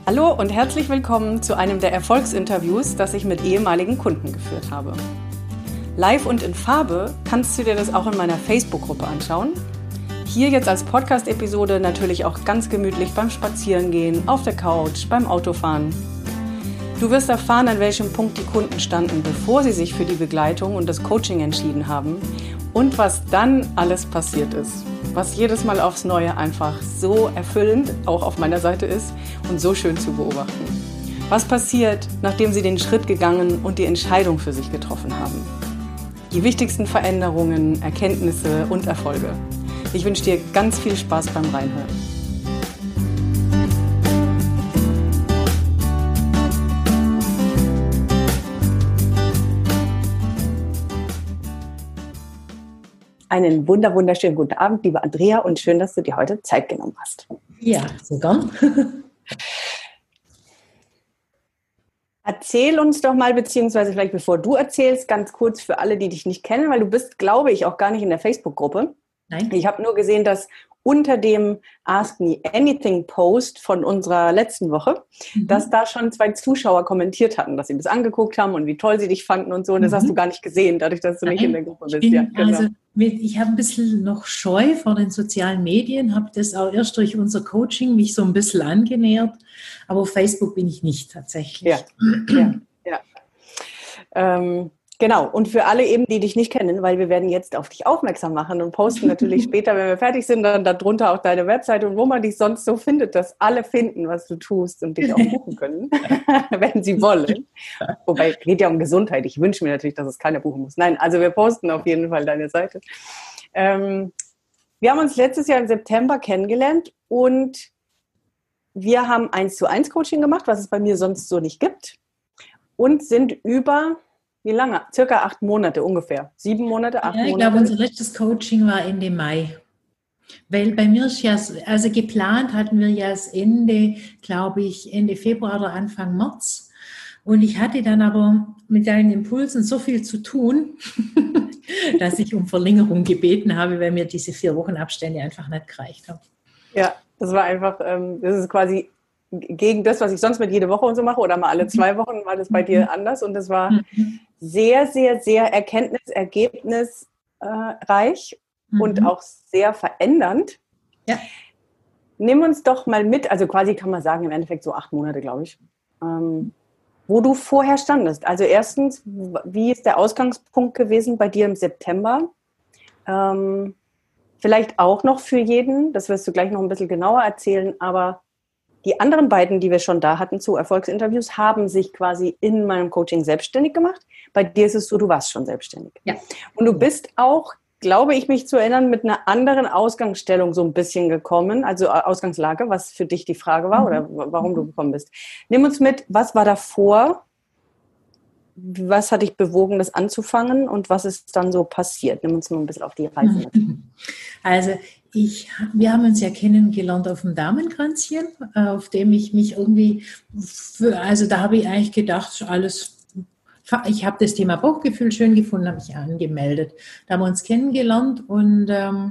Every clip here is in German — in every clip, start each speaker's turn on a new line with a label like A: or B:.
A: Hallo und herzlich willkommen zu einem der Erfolgsinterviews, das ich mit ehemaligen Kunden geführt habe. Live und in Farbe kannst du dir das auch in meiner Facebook-Gruppe anschauen. Hier jetzt als Podcast-Episode natürlich auch ganz gemütlich beim Spazierengehen, auf der Couch, beim Autofahren. Du wirst erfahren, an welchem Punkt die Kunden standen, bevor sie sich für die Begleitung und das Coaching entschieden haben und was dann alles passiert ist. Was jedes Mal aufs Neue einfach so erfüllend auch auf meiner Seite ist und so schön zu beobachten. Was passiert, nachdem sie den Schritt gegangen und die Entscheidung für sich getroffen haben? Die wichtigsten Veränderungen, Erkenntnisse und Erfolge. Ich wünsche dir ganz viel Spaß beim Reinhören. Einen wunderschönen guten Abend, liebe Andrea, und schön, dass du dir heute Zeit genommen hast.
B: Ja, sogar.
A: Erzähl uns doch mal, beziehungsweise vielleicht bevor du erzählst, ganz kurz für alle, die dich nicht kennen, weil du bist, glaube ich, auch gar nicht in der Facebook-Gruppe.
B: Nein.
A: Ich habe nur gesehen, dass unter dem Ask Me Anything Post von unserer letzten Woche, dass da schon 2 Zuschauer kommentiert hatten, dass sie das angeguckt haben und wie toll sie dich fanden und so. Und das hast du gar nicht gesehen, dadurch, dass du nicht in der Gruppe bist.
B: Ja, genau. Also ich habe ein bisschen noch Scheu vor den sozialen Medien, habe das auch erst durch unser Coaching mich so ein bisschen angenähert, aber auf Facebook bin ich nicht tatsächlich.
A: Ja. Genau, und für alle eben, die dich nicht kennen, weil wir werden jetzt auf dich aufmerksam machen und posten natürlich später, wenn wir fertig sind, dann darunter auch deine Webseite und wo man dich sonst so findet, dass alle finden, was du tust und dich auch buchen können, wenn sie wollen. Wobei, es geht ja um Gesundheit. Ich wünsche mir natürlich, dass es keiner buchen muss. Nein, also wir posten auf jeden Fall deine Seite. Wir haben uns letztes Jahr im September kennengelernt und wir haben 1:1 Coaching gemacht, was es bei mir sonst so nicht gibt, und sind über... Wie lange? Circa 8 Monate ungefähr. 7 Monate, 8 Monate?
B: Ich glaube, unser letztes Coaching war Ende Mai. Weil bei mir ist ja, also geplant hatten wir ja das Ende, glaube ich, Ende Februar oder Anfang März. Und ich hatte dann aber mit deinen Impulsen so viel zu tun, dass ich um Verlängerung gebeten habe, weil mir diese 4 Wochenabstände einfach nicht gereicht haben.
A: Ja, das war einfach, das ist quasi gegen das, was ich sonst mit jede Woche und so mache oder mal alle 2 Wochen, war das bei dir anders. Und das war sehr, sehr, sehr ergebnisergebnisreich und auch sehr verändernd.
B: Ja.
A: Nimm uns doch mal mit, also quasi kann man sagen, im Endeffekt so 8 Monate, glaube ich, wo du vorher standest. Also erstens, wie ist der Ausgangspunkt gewesen bei dir im September? Vielleicht auch noch für jeden, das wirst du gleich noch ein bisschen genauer erzählen, aber die anderen beiden, die wir schon da hatten zu Erfolgsinterviews, haben sich quasi in meinem Coaching selbstständig gemacht. Bei dir ist es so, du warst schon selbstständig.
B: Ja.
A: Und du bist auch, glaube ich, mich zu erinnern, mit einer anderen Ausgangsstellung so ein bisschen gekommen, also Ausgangslage, was für dich die Frage war oder warum du gekommen bist. Nimm uns mit, was war davor? Was hat dich bewogen, das anzufangen und was ist dann so passiert? Nimm uns mal ein bisschen auf die Reise mit.
B: Also wir haben uns ja kennengelernt auf dem Damenkränzchen, auf dem ich mich irgendwie, also da habe ich eigentlich gedacht, ich habe das Thema Bauchgefühl schön gefunden, habe mich angemeldet. Da haben wir uns kennengelernt und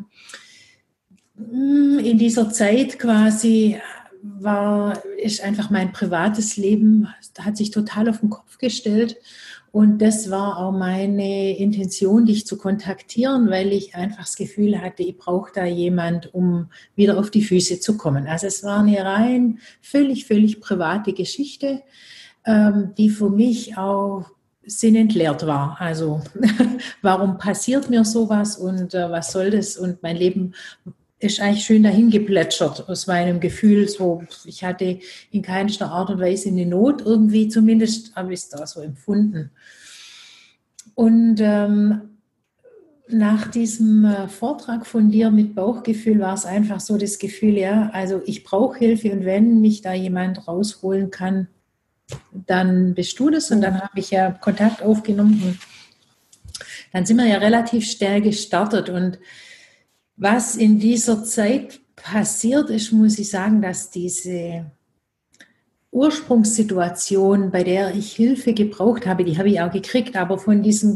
B: in dieser Zeit quasi ist einfach mein privates Leben, hat sich total auf den Kopf gestellt. Und das war auch meine Intention, dich zu kontaktieren, weil ich einfach das Gefühl hatte, ich brauche da jemand, um wieder auf die Füße zu kommen. Also es war eine rein völlig private Geschichte, die für mich auch sinnentleert war. Also warum passiert mir sowas und was soll das? Und mein Leben ist eigentlich schön dahin geplätschert aus meinem Gefühl. So, ich hatte in keinster Art und Weise eine Not irgendwie, zumindest habe ich es da so empfunden. Und nach diesem Vortrag von dir mit Bauchgefühl war es einfach so das Gefühl, ja, also ich brauche Hilfe und wenn mich da jemand rausholen kann, dann bist du das. Und dann habe ich ja Kontakt aufgenommen und dann sind wir ja relativ schnell gestartet. Und was in dieser Zeit passiert ist, muss ich sagen, dass diese Ursprungssituation, bei der ich Hilfe gebraucht habe, die habe ich auch gekriegt, aber von diesem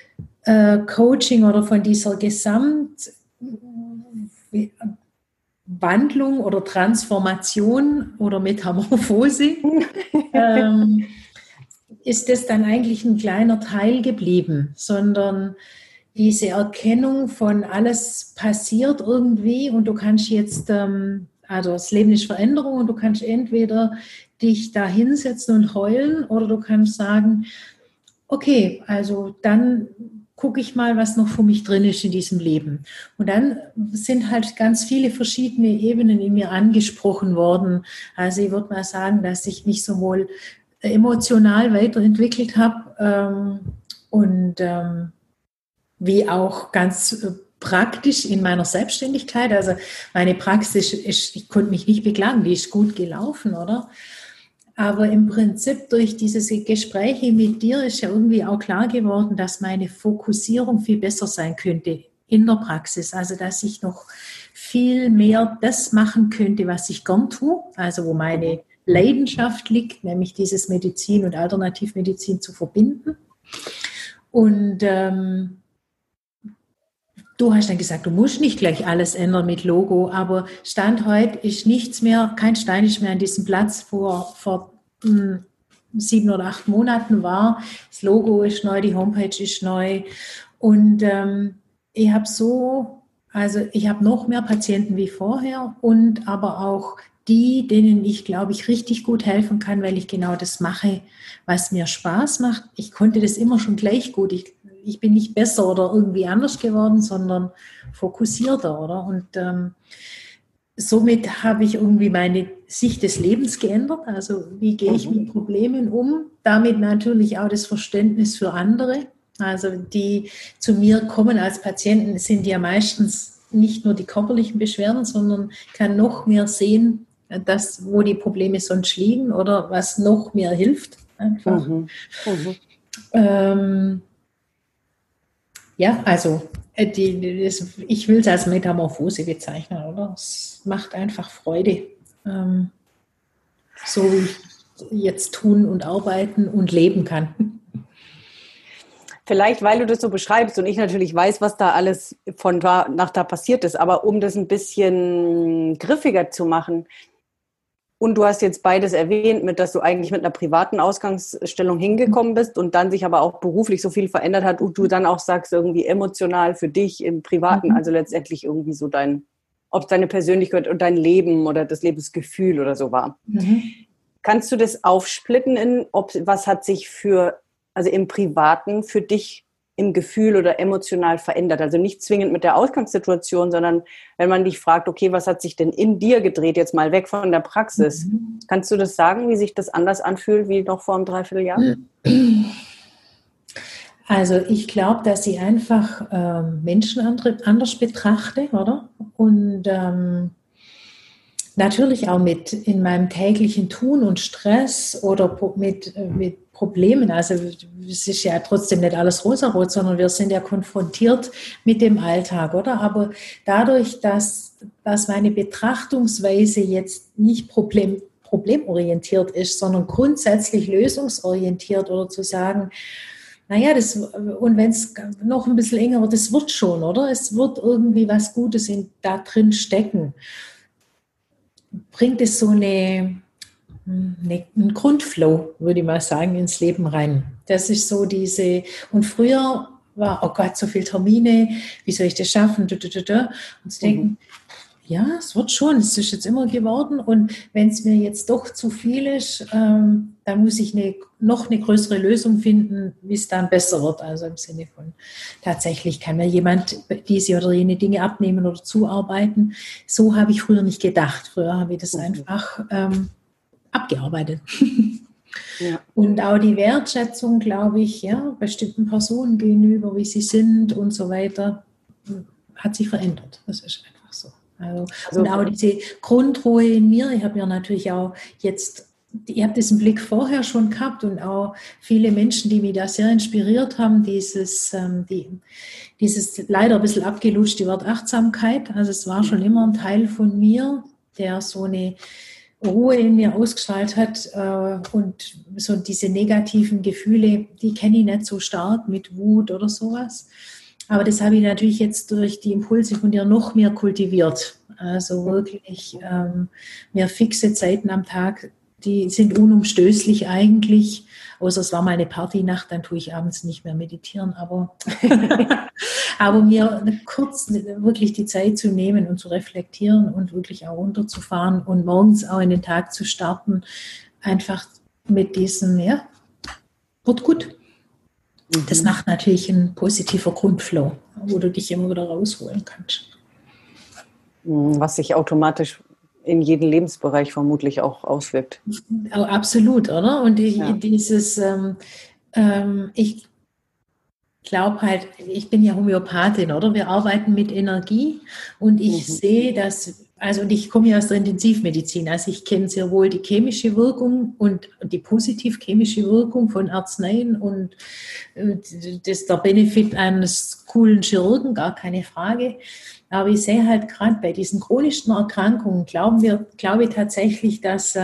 B: Gesamtcoaching oder von dieser Wandlung oder Transformation oder Metamorphose ist das dann eigentlich ein kleiner Teil geblieben, sondern diese Erkennung von alles passiert irgendwie und du kannst jetzt, also das Leben ist Veränderung und du kannst entweder dich da hinsetzen und heulen oder du kannst sagen, okay, also dann gucke ich mal, was noch für mich drin ist in diesem Leben. Und dann sind halt ganz viele verschiedene Ebenen in mir angesprochen worden. Also ich würde mal sagen, dass ich mich sowohl emotional weiterentwickelt habe wie auch ganz praktisch in meiner Selbstständigkeit. Also meine Praxis ist, ich konnte mich nicht beklagen, die ist gut gelaufen, oder? Aber im Prinzip durch diese Gespräche mit dir ist ja irgendwie auch klar geworden, dass meine Fokussierung viel besser sein könnte in der Praxis. Also dass ich noch viel mehr das machen könnte, was ich gern tue, also wo meine Leidenschaft liegt, nämlich dieses Medizin und Alternativmedizin zu verbinden. Und du hast dann gesagt, du musst nicht gleich alles ändern mit Logo, aber Stand heute ist nichts mehr, kein Stein ist mehr an diesem Platz, wo er vor 7 oder 8 Monaten war. Das Logo ist neu, die Homepage ist neu und ich habe noch mehr Patienten wie vorher und aber auch die, denen ich, glaube ich, richtig gut helfen kann, weil ich genau das mache, was mir Spaß macht. Ich konnte das immer schon gleich gut. Ich bin nicht besser oder irgendwie anders geworden, sondern fokussierter, oder? Und somit habe ich irgendwie meine Sicht des Lebens geändert. Also wie gehe ich mit Problemen um? Damit natürlich auch das Verständnis für andere. Also die zu mir kommen als Patienten, sind ja meistens nicht nur die körperlichen Beschwerden, sondern kann noch mehr sehen, wo die Probleme sonst liegen oder was noch mehr hilft. Einfach. Ja, also ich will es als Metamorphose bezeichnen, oder? Es macht einfach Freude, so wie ich jetzt tun und arbeiten und leben kann.
A: Vielleicht, weil du das so beschreibst und ich natürlich weiß, was da alles von da nach da passiert ist, aber um das ein bisschen griffiger zu machen, und du hast jetzt beides erwähnt, dass du eigentlich mit einer privaten Ausgangsstellung hingekommen bist und dann sich aber auch beruflich so viel verändert hat und du dann auch sagst, irgendwie emotional für dich im Privaten, also letztendlich irgendwie so ob es deine Persönlichkeit und dein Leben oder das Lebensgefühl oder so war. Kannst du das aufsplitten was hat sich also im Privaten für dich im Gefühl oder emotional verändert? Also nicht zwingend mit der Ausgangssituation, sondern wenn man dich fragt, okay, was hat sich denn in dir gedreht, jetzt mal weg von der Praxis? Kannst du das sagen, wie sich das anders anfühlt wie noch vor einem Dreivierteljahr?
B: Also ich glaube, dass ich einfach Menschen anders betrachte, oder? Und natürlich auch in meinem täglichen Tun und Stress oder mit Problemen. Also es ist ja trotzdem nicht alles rosarot, sondern wir sind ja konfrontiert mit dem Alltag, oder? Aber dadurch, dass meine Betrachtungsweise jetzt nicht problemorientiert ist, sondern grundsätzlich lösungsorientiert oder zu sagen, naja, und wenn es noch ein bisschen enger wird, das wird schon, oder? Es wird irgendwie was Gutes da drin stecken. Bringt es so einen Grundflow, würde ich mal sagen, ins Leben rein. Das ist so und früher war, oh Gott, so viele Termine, wie soll ich das schaffen? Und zu denken, ja, es wird schon, es ist jetzt immer geworden und wenn es mir jetzt doch zu viel ist, dann muss ich noch eine größere Lösung finden, wie es dann besser wird. Also im Sinne von, tatsächlich kann mir jemand diese oder jene Dinge abnehmen oder zuarbeiten. So habe ich früher nicht gedacht. Früher habe ich das einfach abgearbeitet. Ja. Und auch die Wertschätzung, glaube ich, ja, bestimmten Personen gegenüber, wie sie sind und so weiter, hat sich verändert. Das ist einfach so. Also und auch diese Grundruhe in mir, ich habe ja natürlich auch jetzt, ich habe diesen Blick vorher schon gehabt und auch viele Menschen, die mich da sehr inspiriert haben, dieses leider ein bisschen abgelutschte Wort Achtsamkeit. Also es war schon immer ein Teil von mir, der so eine Ruhe in mir ausgestrahlt hat und so diese negativen Gefühle, die kenne ich nicht so stark mit Wut oder sowas. Aber das habe ich natürlich jetzt durch die Impulse von dir noch mehr kultiviert. Also wirklich mehr fixe Zeiten am Tag, die sind unumstößlich eigentlich. Außer es war mal eine Partynacht, dann tue ich abends nicht mehr meditieren. Aber mir kurz wirklich die Zeit zu nehmen und zu reflektieren und wirklich auch runterzufahren und morgens auch in den Tag zu starten, einfach mit diesem, ja, wird gut. Das macht natürlich ein positiver Grundflow, wo du dich immer wieder rausholen kannst.
A: Was sich automatisch in jeden Lebensbereich vermutlich auch auswirkt.
B: Absolut, oder? Und ich glaube halt, ich bin ja Homöopathin, oder? Wir arbeiten mit Energie und ich sehe, und ich komme ja aus der Intensivmedizin, also ich kenne sehr wohl die chemische Wirkung und die positiv-chemische Wirkung von Arzneien und das ist der Benefit eines coolen Chirurgen, gar keine Frage. Aber ich sehe halt gerade bei diesen chronischen Erkrankungen, glaube ich tatsächlich, dass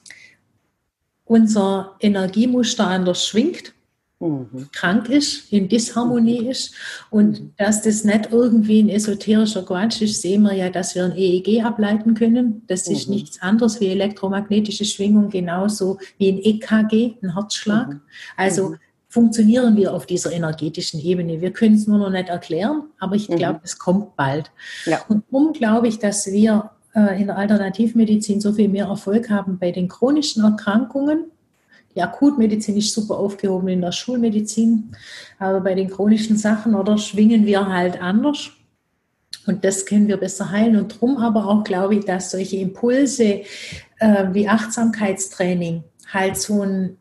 B: unser Energiemuster anders schwingt, krank ist, in Disharmonie ist und dass das nicht irgendwie ein esoterischer Quatsch ist, sehen wir ja, dass wir ein EEG ableiten können. Das ist nichts anderes wie elektromagnetische Schwingung, genauso wie ein EKG, ein Herzschlag. Also funktionieren wir auf dieser energetischen Ebene. Wir können es nur noch nicht erklären, aber ich glaube, es kommt bald. Ja. Und darum glaube ich, dass wir in der Alternativmedizin so viel mehr Erfolg haben bei den chronischen Erkrankungen. Die Akutmedizin ist super aufgehoben in der Schulmedizin, aber bei den chronischen Sachen schwingen wir halt anders und das können wir besser heilen. Und darum aber auch glaube ich, dass solche Impulse wie Achtsamkeitstraining halt so eine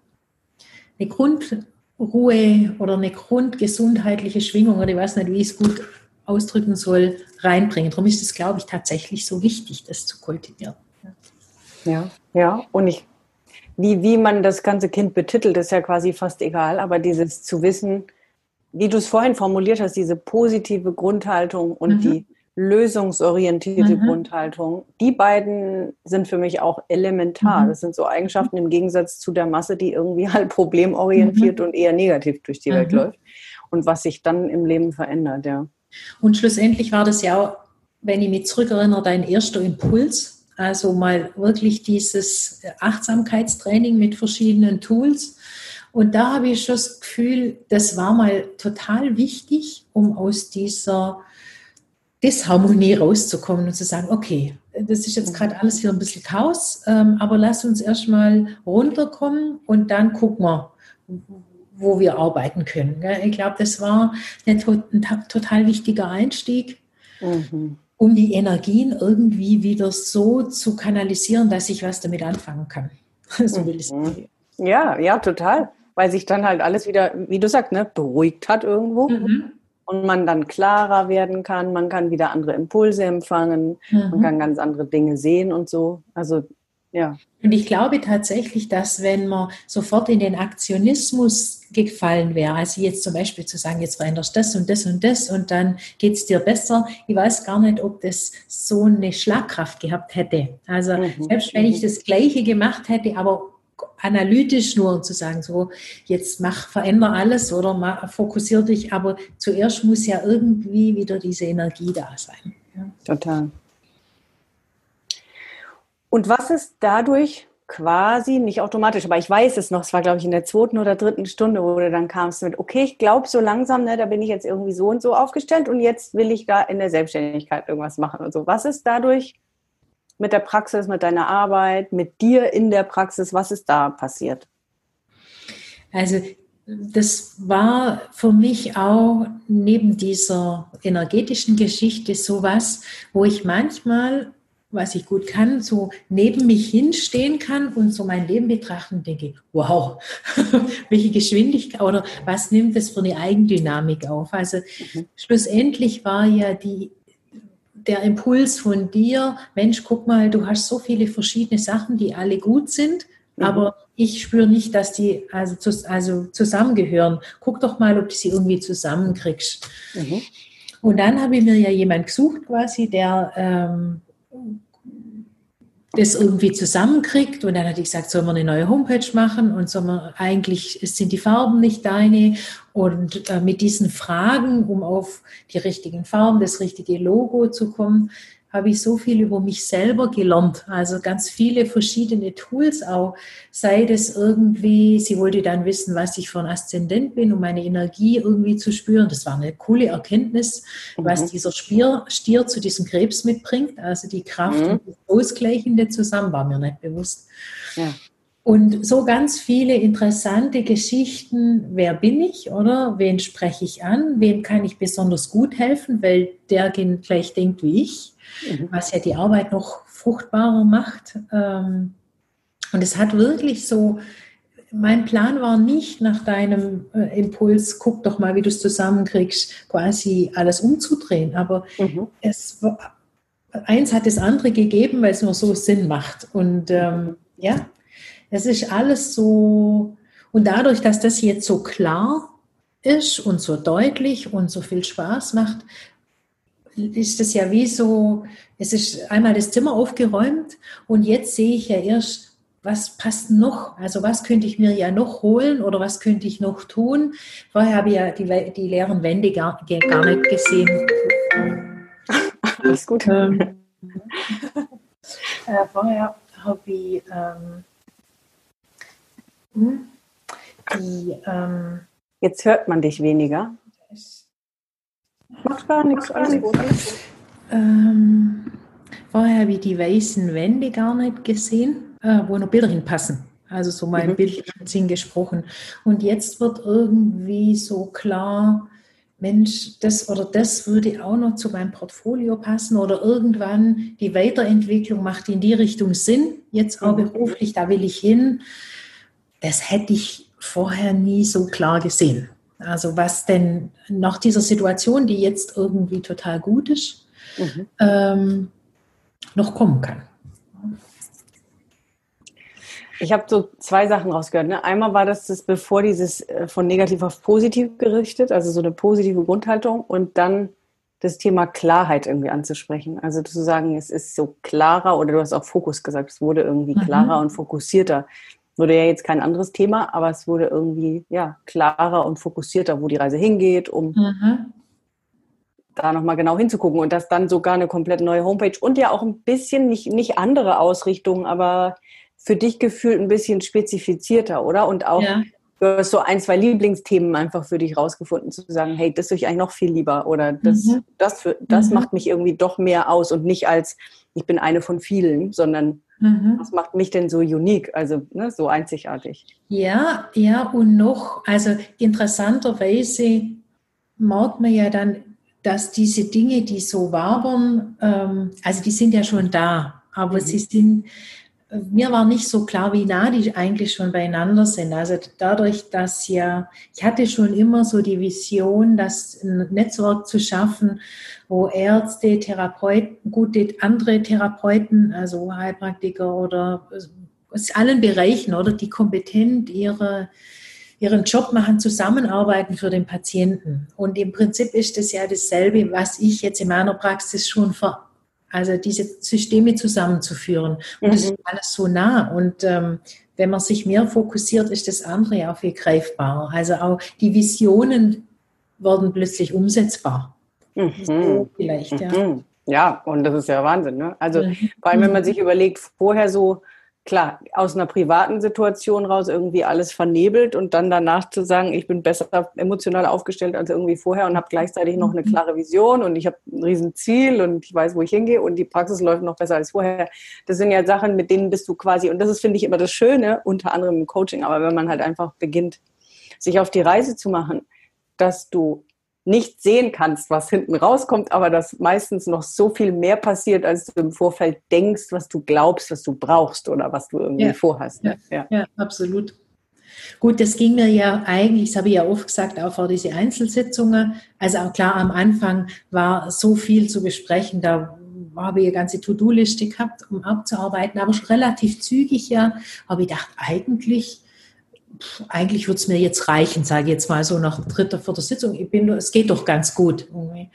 B: Grundruhe oder eine grundgesundheitliche Schwingung, oder ich weiß nicht, wie ich es gut ausdrücken soll, reinbringen. Darum ist es, glaube ich, tatsächlich so wichtig, das zu kultivieren.
A: Ja. Und wie man das ganze Kind betitelt, ist ja quasi fast egal, aber dieses zu wissen, wie du es vorhin formuliert hast, diese positive Grundhaltung und die lösungsorientierte Grundhaltung, die beiden sind für mich auch elementar. Das sind so Eigenschaften im Gegensatz zu der Masse, die irgendwie halt problemorientiert und eher negativ durch die Welt läuft und was sich dann im Leben verändert, ja.
B: Und schlussendlich war das ja auch, wenn ich mich zurückerinnere, dein erster Impuls. Also mal wirklich dieses Achtsamkeitstraining mit verschiedenen Tools. Und da habe ich schon das Gefühl, das war mal total wichtig, um aus dieser Disharmonie rauszukommen und zu sagen, okay, das ist jetzt gerade alles hier ein bisschen Chaos, aber lass uns erstmal runterkommen und dann gucken wir, wo wir arbeiten können. Ich glaube, das war ein total wichtiger Einstieg. Um die Energien irgendwie wieder so zu kanalisieren, dass ich was damit anfangen kann. So will ich es sagen.
A: Ja, total. Weil sich dann halt alles wieder, wie du sagst, beruhigt hat irgendwo. Und man dann klarer werden kann. Man kann wieder andere Impulse empfangen. Man kann ganz andere Dinge sehen und so. Also, ja.
B: Und ich glaube tatsächlich, dass wenn man sofort in den Aktionismus gefallen wäre, also jetzt zum Beispiel zu sagen, jetzt veränderst du das und das und das und dann geht es dir besser. Ich weiß gar nicht, ob das so eine Schlagkraft gehabt hätte. Also selbst wenn ich das Gleiche gemacht hätte, aber analytisch nur zu sagen, so jetzt veränder alles oder fokussier dich, aber zuerst muss ja irgendwie wieder diese Energie da sein. Ja.
A: Total. Und was ist dadurch quasi, nicht automatisch, aber ich weiß es noch, es war, glaube ich, in der 2. oder 3. Stunde, wo du dann kamst mit, okay, ich glaube so langsam, da bin ich jetzt irgendwie so und so aufgestellt und jetzt will ich da in der Selbstständigkeit irgendwas machen und so. Was ist dadurch mit der Praxis, mit deiner Arbeit, mit dir in der Praxis, was ist da passiert?
B: Also das war für mich auch neben dieser energetischen Geschichte sowas, wo ich manchmal, was ich gut kann, so neben mich hinstehen kann und so mein Leben betrachten und denke, wow, welche Geschwindigkeit oder was nimmt das für eine Eigendynamik auf? Also schlussendlich war ja der Impuls von dir, Mensch, guck mal, du hast so viele verschiedene Sachen, die alle gut sind, aber ich spüre nicht, dass die also zusammengehören. Guck doch mal, ob du sie irgendwie zusammenkriegst. Und dann habe ich mir ja jemand gesucht quasi, der das irgendwie zusammenkriegt und dann hatte ich gesagt, sollen wir eine neue Homepage machen und eigentlich sind die Farben nicht deine und mit diesen Fragen, um auf die richtigen Farben, das richtige Logo zu kommen, habe ich so viel über mich selber gelernt. Also ganz viele verschiedene Tools auch. Sei das irgendwie, sie wollte dann wissen, was ich für ein Aszendent bin, um meine Energie irgendwie zu spüren. Das war eine coole Erkenntnis, was dieser Stier zu diesem Krebs mitbringt. Also die Kraft und das Ausgleichende zusammen, war mir nicht bewusst.
A: Ja.
B: Und so ganz viele interessante Geschichten, wer bin ich, oder? Wen spreche ich an? Wem kann ich besonders gut helfen, weil der gleich denkt wie ich, was ja die Arbeit noch fruchtbarer macht. Und es hat wirklich so, mein Plan war nicht nach deinem Impuls, guck doch mal, wie du es zusammenkriegst, quasi alles umzudrehen. Aber eins hat das andere gegeben, weil es nur so Sinn macht. Und ja, es ist alles so, und dadurch, dass das jetzt so klar ist und so deutlich und so viel Spaß macht, ist das ja wie so, es ist einmal das Zimmer aufgeräumt und jetzt sehe ich ja erst, was passt noch, also was könnte ich mir ja noch holen oder was könnte ich noch tun. Vorher habe ich ja die leeren Wände gar nicht gesehen.
A: Alles gut.
B: Vorher habe ich
A: jetzt hört man dich weniger. Macht gar nichts, alles gut.
B: Vorher habe ich die weißen Wände gar nicht gesehen, wo noch Bilder hinpassen. Also so mein bildlichen Sinn gesprochen. Und jetzt wird irgendwie so klar, Mensch, das oder das würde auch noch zu meinem Portfolio passen oder irgendwann die Weiterentwicklung macht in die Richtung Sinn, jetzt auch beruflich, da will ich hin. Das hätte ich vorher nie so klar gesehen. Also was denn nach dieser Situation, die jetzt irgendwie total gut ist, noch kommen kann.
A: Ich habe so 2 Sachen rausgehört. Ne? Einmal war das bevor dieses von negativ auf positiv gerichtet, also so eine positive Grundhaltung und dann das Thema Klarheit irgendwie anzusprechen. Also zu sagen, es ist so klarer oder du hast auch Fokus gesagt, es wurde irgendwie klarer und fokussierter. Wurde ja jetzt kein anderes Thema, aber es wurde irgendwie klarer und fokussierter, wo die Reise hingeht, um da nochmal genau hinzugucken und das dann sogar eine komplett neue Homepage und ja auch ein bisschen, nicht andere Ausrichtungen, aber für dich gefühlt ein bisschen spezifizierter, oder? Und auch, du hast so 1, 2 Lieblingsthemen einfach für dich rausgefunden, zu sagen, hey, das tue ich eigentlich noch viel lieber oder das macht mich irgendwie doch mehr aus und nicht als, ich bin eine von vielen, sondern was macht mich denn so unique, also so einzigartig?
B: Ja, und noch, also interessanterweise merkt man ja dann, dass diese Dinge, die so wabern, also die sind ja schon da, aber mir war nicht so klar, wie nah die eigentlich schon beieinander sind. Also dadurch, dass ich hatte schon immer so die Vision, das ein Netzwerk zu schaffen, wo Ärzte, Therapeuten, andere Therapeuten, also Heilpraktiker oder aus allen Bereichen, oder die kompetent ihren Job machen, zusammenarbeiten für den Patienten. Und im Prinzip ist das ja dasselbe, was ich jetzt in meiner Praxis schon also diese Systeme zusammenzuführen. Und das ist alles so nah. Und wenn man sich mehr fokussiert, ist das andere ja auch viel greifbarer. Also auch die Visionen werden plötzlich umsetzbar. So vielleicht, ja.
A: Ja, und das ist ja Wahnsinn, ne? Also vor allem, wenn man sich überlegt, vorher so, klar, aus einer privaten Situation raus irgendwie alles vernebelt und dann danach zu sagen, ich bin besser emotional aufgestellt als irgendwie vorher und habe gleichzeitig noch eine klare Vision und ich habe ein Riesenziel und ich weiß, wo ich hingehe und die Praxis läuft noch besser als vorher. Das sind ja Sachen, mit denen bist du quasi, und das ist, finde ich, immer das Schöne, unter anderem im Coaching, aber wenn man halt einfach beginnt, sich auf die Reise zu machen, dass du nicht sehen kannst, was hinten rauskommt, aber dass meistens noch so viel mehr passiert, als du im Vorfeld denkst, was du glaubst, was du brauchst oder was du irgendwie vorhast.
B: Ja, absolut. Gut, das ging mir ja eigentlich, das habe ich ja oft gesagt, auch vor diese Einzelsitzungen. Also auch klar, am Anfang war so viel zu besprechen, da habe ich eine ganze To-Do-Liste gehabt, um abzuarbeiten, aber schon relativ zügig habe ich gedacht, eigentlich würde es mir jetzt reichen, sage ich jetzt mal so nach 3., 4. Sitzung. Es geht doch ganz gut. Und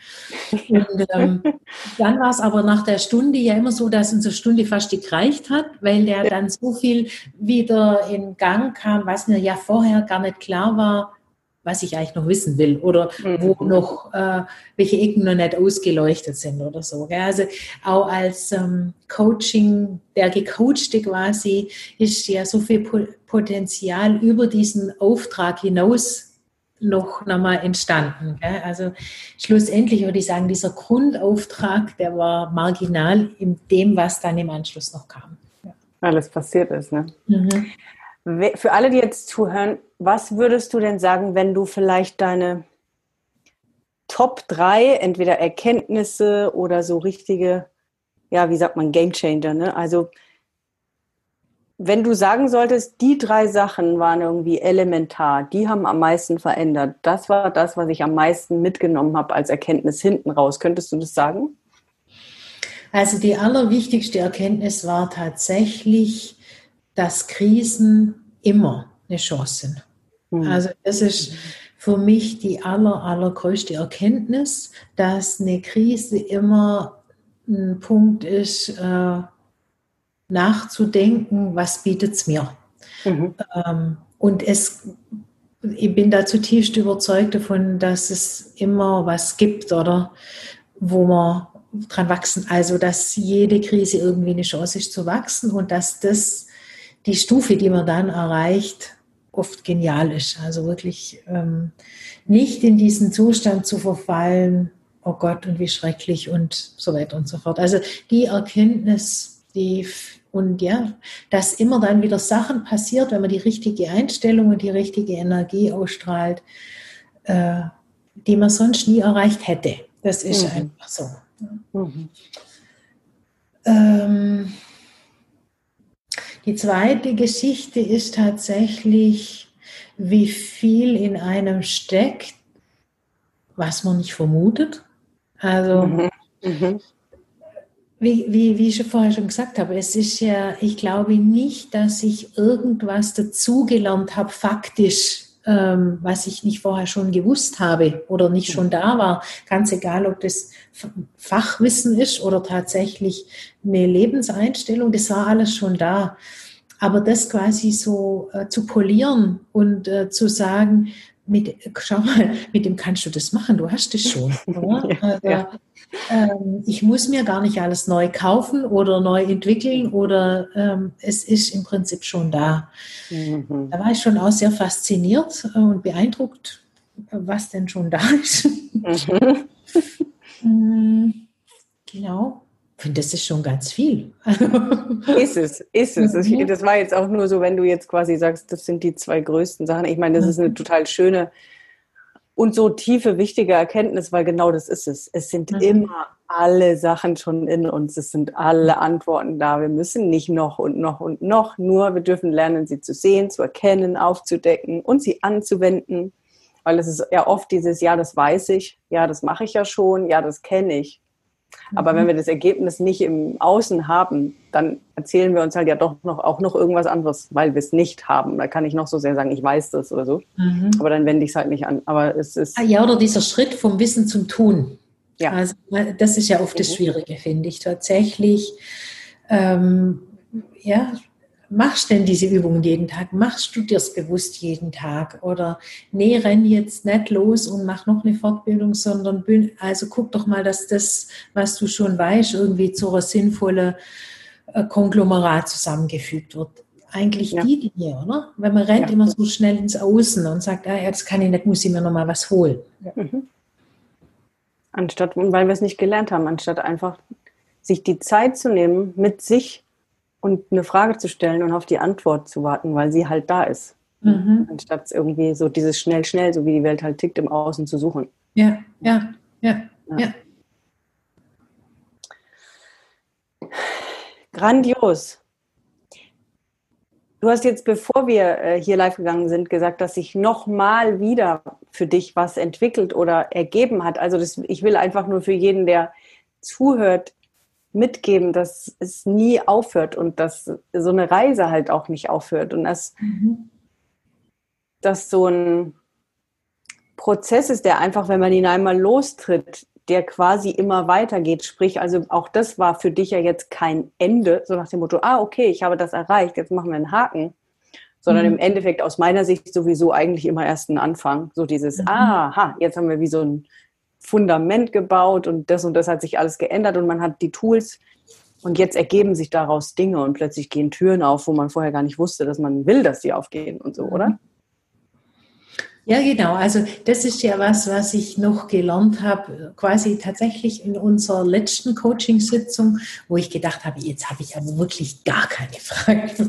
B: dann war es aber nach der Stunde ja immer so, dass unsere Stunde fast gereicht hat, weil der dann so viel wieder in Gang kam, was mir ja vorher gar nicht klar war, was ich eigentlich noch wissen will oder wo noch, welche Ecken noch nicht ausgeleuchtet sind oder so. Gell? Also auch als Coaching, der Gecoachte quasi, ist ja so viel Potenzial über diesen Auftrag hinaus noch mal entstanden. Gell? Also schlussendlich würde ich sagen, dieser Grundauftrag, der war marginal in dem, was dann im Anschluss noch kam. Ja.
A: Alles passiert ist, ne? Für alle, die jetzt zuhören, was würdest du denn sagen, wenn du vielleicht deine Top 3, entweder Erkenntnisse oder so richtige, ja, wie sagt man, Gamechanger, ne? Also, wenn du sagen solltest, die 3 Sachen waren irgendwie elementar, die haben am meisten verändert, das war das, was ich am meisten mitgenommen habe als Erkenntnis hinten raus. Könntest du das sagen?
B: Also die allerwichtigste Erkenntnis war tatsächlich, dass Krisen immer eine Chance sind. Also das ist für mich die allergrößte Erkenntnis, dass eine Krise immer ein Punkt ist, nachzudenken, was bietet es mir. Und ich bin da zutiefst überzeugt davon, dass es immer was gibt, oder wo man dran wachsen, also dass jede Krise irgendwie eine Chance ist zu wachsen und dass das die Stufe, die man dann erreicht, oft genial ist. Also wirklich nicht in diesen Zustand zu verfallen, oh Gott, und wie schrecklich und so weiter und so fort. Also die Erkenntnis, dass immer dann wieder Sachen passiert, wenn man die richtige Einstellung und die richtige Energie ausstrahlt, die man sonst nie erreicht hätte. Das ist einfach so. Die zweite Geschichte ist tatsächlich, wie viel in einem steckt, was man nicht vermutet. Also, wie ich vorher schon gesagt habe, es ist ja, ich glaube nicht, dass ich irgendwas dazugelernt habe, faktisch, was ich nicht vorher schon gewusst habe oder nicht schon da war. Ganz egal, ob das Fachwissen ist oder tatsächlich eine Lebenseinstellung, das war alles schon da. Aber das quasi so zu polieren und zu sagen, schau mal, mit dem kannst du das machen, du hast es schon. Oder? Also, ich muss mir gar nicht alles neu kaufen oder neu entwickeln oder es ist im Prinzip schon da. Da war ich schon auch sehr fasziniert und beeindruckt, was denn schon da ist. Genau. Ich finde, das ist schon ganz viel.
A: Ist es. Das war jetzt auch nur so, wenn du jetzt quasi sagst, das sind die 2 größten Sachen. Ich meine, das ist eine total schöne und so tiefe, wichtige Erkenntnis, weil genau das ist es. Es sind immer alle Sachen schon in uns. Es sind alle Antworten da. Wir müssen nicht noch und noch und noch. Nur wir dürfen lernen, sie zu sehen, zu erkennen, aufzudecken und sie anzuwenden. Weil es ist ja oft dieses, ja, das weiß ich, ja, das mache ich ja schon, ja, das kenne ich. Aber wenn wir das Ergebnis nicht im Außen haben, dann erzählen wir uns halt ja doch auch noch irgendwas anderes, weil wir es nicht haben. Da kann ich noch so sehr sagen, ich weiß das oder so. Aber dann wende ich es halt nicht an. Aber es ist...
B: Ja, oder dieser Schritt vom Wissen zum Tun.
A: Ja.
B: Also das ist ja oft das Schwierige, finde ich. Tatsächlich, machst du denn diese Übungen jeden Tag? Machst du dir es bewusst jeden Tag? Oder nee, renn jetzt nicht los und mach noch eine Fortbildung, sondern also guck doch mal, dass das, was du schon weißt, irgendwie zu einer sinnvollen Konglomerat zusammengefügt wird. Eigentlich die Dinge, oder? Weil man rennt immer so schnell ins Außen und sagt, das kann ich nicht, muss ich mir noch mal was holen. Ja.
A: Anstatt, weil wir es nicht gelernt haben, anstatt einfach sich die Zeit zu nehmen, mit sich und eine Frage zu stellen und auf die Antwort zu warten, weil sie halt da ist. Anstatt irgendwie so dieses schnell, so wie die Welt halt tickt, im Außen zu suchen.
B: Ja.
A: Grandios. Du hast jetzt, bevor wir hier live gegangen sind, gesagt, dass sich nochmal wieder für dich was entwickelt oder ergeben hat. Also ich will einfach nur für jeden, der zuhört, mitgeben, dass es nie aufhört und dass so eine Reise halt auch nicht aufhört und dass so ein Prozess ist, der einfach, wenn man ihn einmal lostritt, der quasi immer weitergeht. Sprich, also auch das war für dich ja jetzt kein Ende, so nach dem Motto, okay, ich habe das erreicht, jetzt machen wir einen Haken, sondern im Endeffekt aus meiner Sicht sowieso eigentlich immer erst ein Anfang. So dieses, aha, jetzt haben wir wie so ein Fundament gebaut und das hat sich alles geändert und man hat die Tools und jetzt ergeben sich daraus Dinge und plötzlich gehen Türen auf, wo man vorher gar nicht wusste, dass man will, dass die aufgehen und so, oder?
B: Ja, genau. Also das ist ja was ich noch gelernt habe, quasi tatsächlich in unserer letzten Coaching-Sitzung, wo ich gedacht habe, jetzt habe ich aber wirklich gar keine Fragen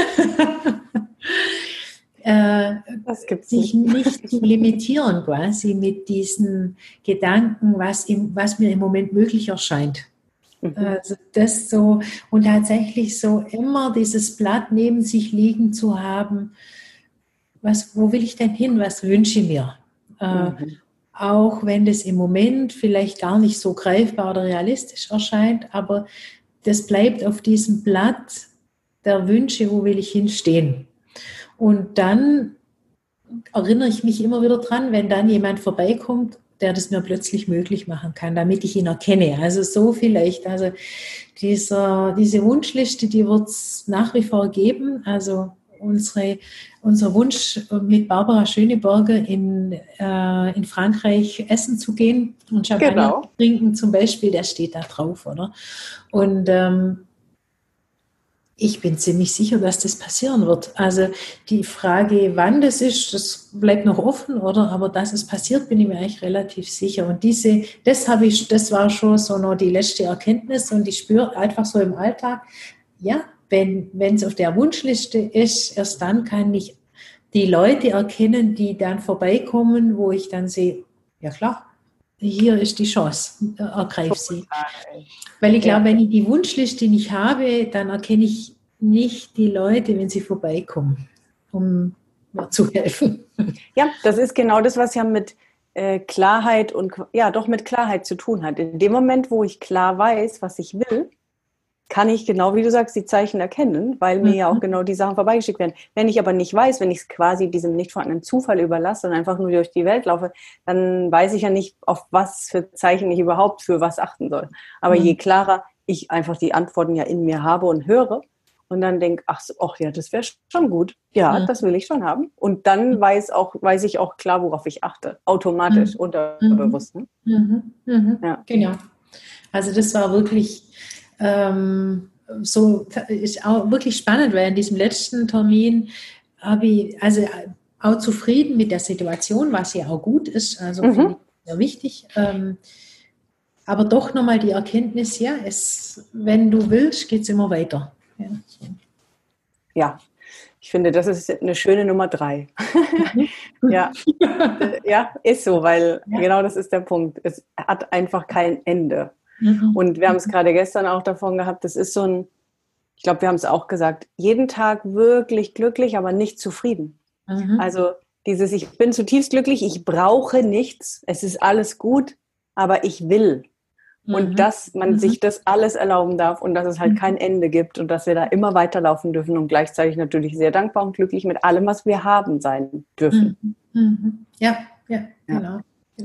B: mehr. Sich nicht zu limitieren quasi mit diesen Gedanken, was mir im Moment möglich erscheint. Also das so und tatsächlich so immer dieses Blatt neben sich liegen zu haben, wo will ich denn hin, was wünsche ich mir? Auch wenn das im Moment vielleicht gar nicht so greifbar oder realistisch erscheint, aber das bleibt auf diesem Blatt der Wünsche, wo will ich hinstehen? Und dann erinnere ich mich immer wieder dran, wenn dann jemand vorbeikommt, der das mir plötzlich möglich machen kann, damit ich ihn erkenne. Also so vielleicht, also diese Wunschliste, die wird es nach wie vor geben. Also unser Wunsch, mit Barbara Schöneberger in Frankreich essen zu gehen und Champagner zu trinken zum Beispiel, der steht da drauf, oder? Und ich bin ziemlich sicher, dass das passieren wird. Also die Frage, wann das ist, das bleibt noch offen, oder? Aber dass es passiert, bin ich mir eigentlich relativ sicher. Und das war schon so noch die letzte Erkenntnis und ich spüre einfach so im Alltag, ja, wenn es auf der Wunschliste ist, erst dann kann ich die Leute erkennen, die dann vorbeikommen, wo ich dann sehe, ja klar, hier ist die Chance, ergreif sie. Weil ich glaube, wenn ich die Wunschliste nicht habe, dann erkenne ich nicht die Leute, wenn sie vorbeikommen, um mir zu helfen.
A: Ja, das ist genau das, was ja mit Klarheit und mit Klarheit zu tun hat. In dem Moment, wo ich klar weiß, was ich will, kann ich genau, wie du sagst, die Zeichen erkennen, weil mir ja auch genau die Sachen vorbeigeschickt werden. Wenn ich aber nicht weiß, wenn ich es quasi diesem nicht vorhandenen Zufall überlasse und einfach nur durch die Welt laufe, dann weiß ich ja nicht, auf was für Zeichen ich überhaupt für was achten soll. Aber je klarer ich einfach die Antworten ja in mir habe und höre und dann denke, ach ja, das wäre schon gut. Ja, das will ich schon haben. Und dann weiß ich auch klar, worauf ich achte. Automatisch, unterbewusst. Ne?
B: Ja. Genau. Also das war wirklich so ist auch wirklich spannend, weil in diesem letzten Termin habe ich also auch zufrieden mit der Situation, was ja auch gut ist, also finde ich sehr wichtig. Aber doch nochmal die Erkenntnis, ja, wenn du willst, geht es immer weiter. Ja, so.
A: Ja, ich finde, das ist eine schöne Nummer 3. Ja, ist so, weil genau das ist der Punkt. Es hat einfach kein Ende. Und wir haben es gerade gestern auch davon gehabt, das ist ich glaube, wir haben es auch gesagt, jeden Tag wirklich glücklich, aber nicht zufrieden. Also ich bin zutiefst glücklich, ich brauche nichts, es ist alles gut, aber ich will. Und dass man sich das alles erlauben darf und dass es halt kein Ende gibt und dass wir da immer weiterlaufen dürfen und gleichzeitig natürlich sehr dankbar und glücklich mit allem, was wir haben, sein dürfen.
B: Ja, genau.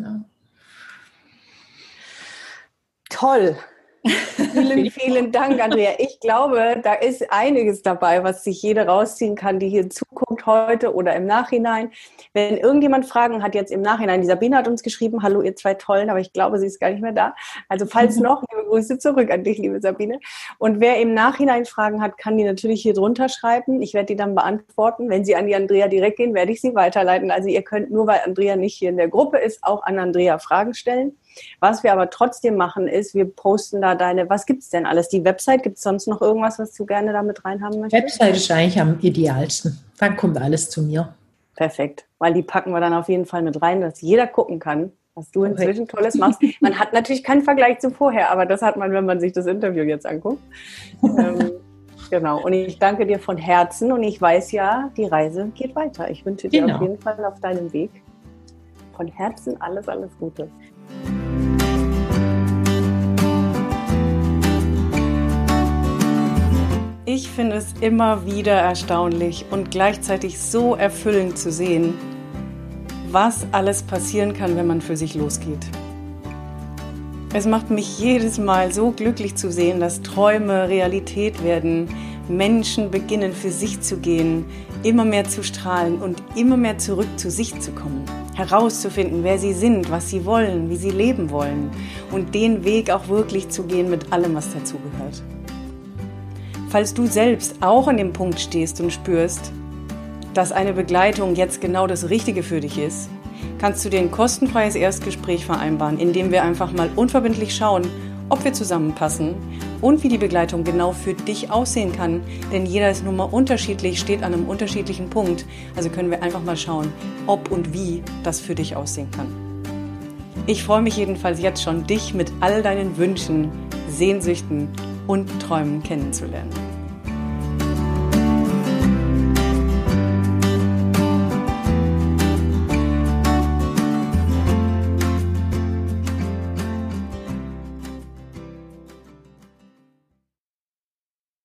A: Toll. Vielen, vielen Dank, Andrea. Ich glaube, da ist einiges dabei, was sich jede rausziehen kann, die hier zuguckt heute oder im Nachhinein. Wenn irgendjemand Fragen hat jetzt im Nachhinein, die Sabine hat uns geschrieben, hallo ihr zwei Tollen, aber ich glaube, sie ist gar nicht mehr da. Also falls noch, liebe Grüße zurück an dich, liebe Sabine. Und wer im Nachhinein Fragen hat, kann die natürlich hier drunter schreiben. Ich werde die dann beantworten. Wenn sie an die Andrea direkt gehen, werde ich sie weiterleiten. Also ihr könnt nur, weil Andrea nicht hier in der Gruppe ist, auch an Andrea Fragen stellen. Was wir aber trotzdem machen, ist, wir posten da was gibt es denn alles? Die Website, gibt es sonst noch irgendwas, was du gerne damit reinhaben möchtest?
B: Website ist eigentlich am idealsten. Dann kommt alles zu mir.
A: Perfekt, weil die packen wir dann auf jeden Fall mit rein, dass jeder gucken kann, was du inzwischen Tolles machst. Man hat natürlich keinen Vergleich zu vorher, aber das hat man, wenn man sich das Interview jetzt anguckt. Genau, und ich danke dir von Herzen und ich weiß ja, die Reise geht weiter. Ich wünsche dir auf jeden Fall auf deinem Weg von Herzen alles, alles Gute. Ich finde es immer wieder erstaunlich und gleichzeitig so erfüllend zu sehen, was alles passieren kann, wenn man für sich losgeht. Es macht mich jedes Mal so glücklich zu sehen, dass Träume Realität werden, Menschen beginnen für sich zu gehen, immer mehr zu strahlen und immer mehr zurück zu sich zu kommen. Herauszufinden, wer sie sind, was sie wollen, wie sie leben wollen und den Weg auch wirklich zu gehen mit allem, was dazugehört. Falls du selbst auch an dem Punkt stehst und spürst, dass eine Begleitung jetzt genau das Richtige für dich ist, kannst du dir ein kostenfreies Erstgespräch vereinbaren, in dem wir einfach mal unverbindlich schauen, ob wir zusammenpassen und wie die Begleitung genau für dich aussehen kann. Denn jeder ist nun mal unterschiedlich, steht an einem unterschiedlichen Punkt. Also können wir einfach mal schauen, ob und wie das für dich aussehen kann. Ich freue mich jedenfalls jetzt schon, dich mit all deinen Wünschen, Sehnsüchten und Träumen kennenzulernen.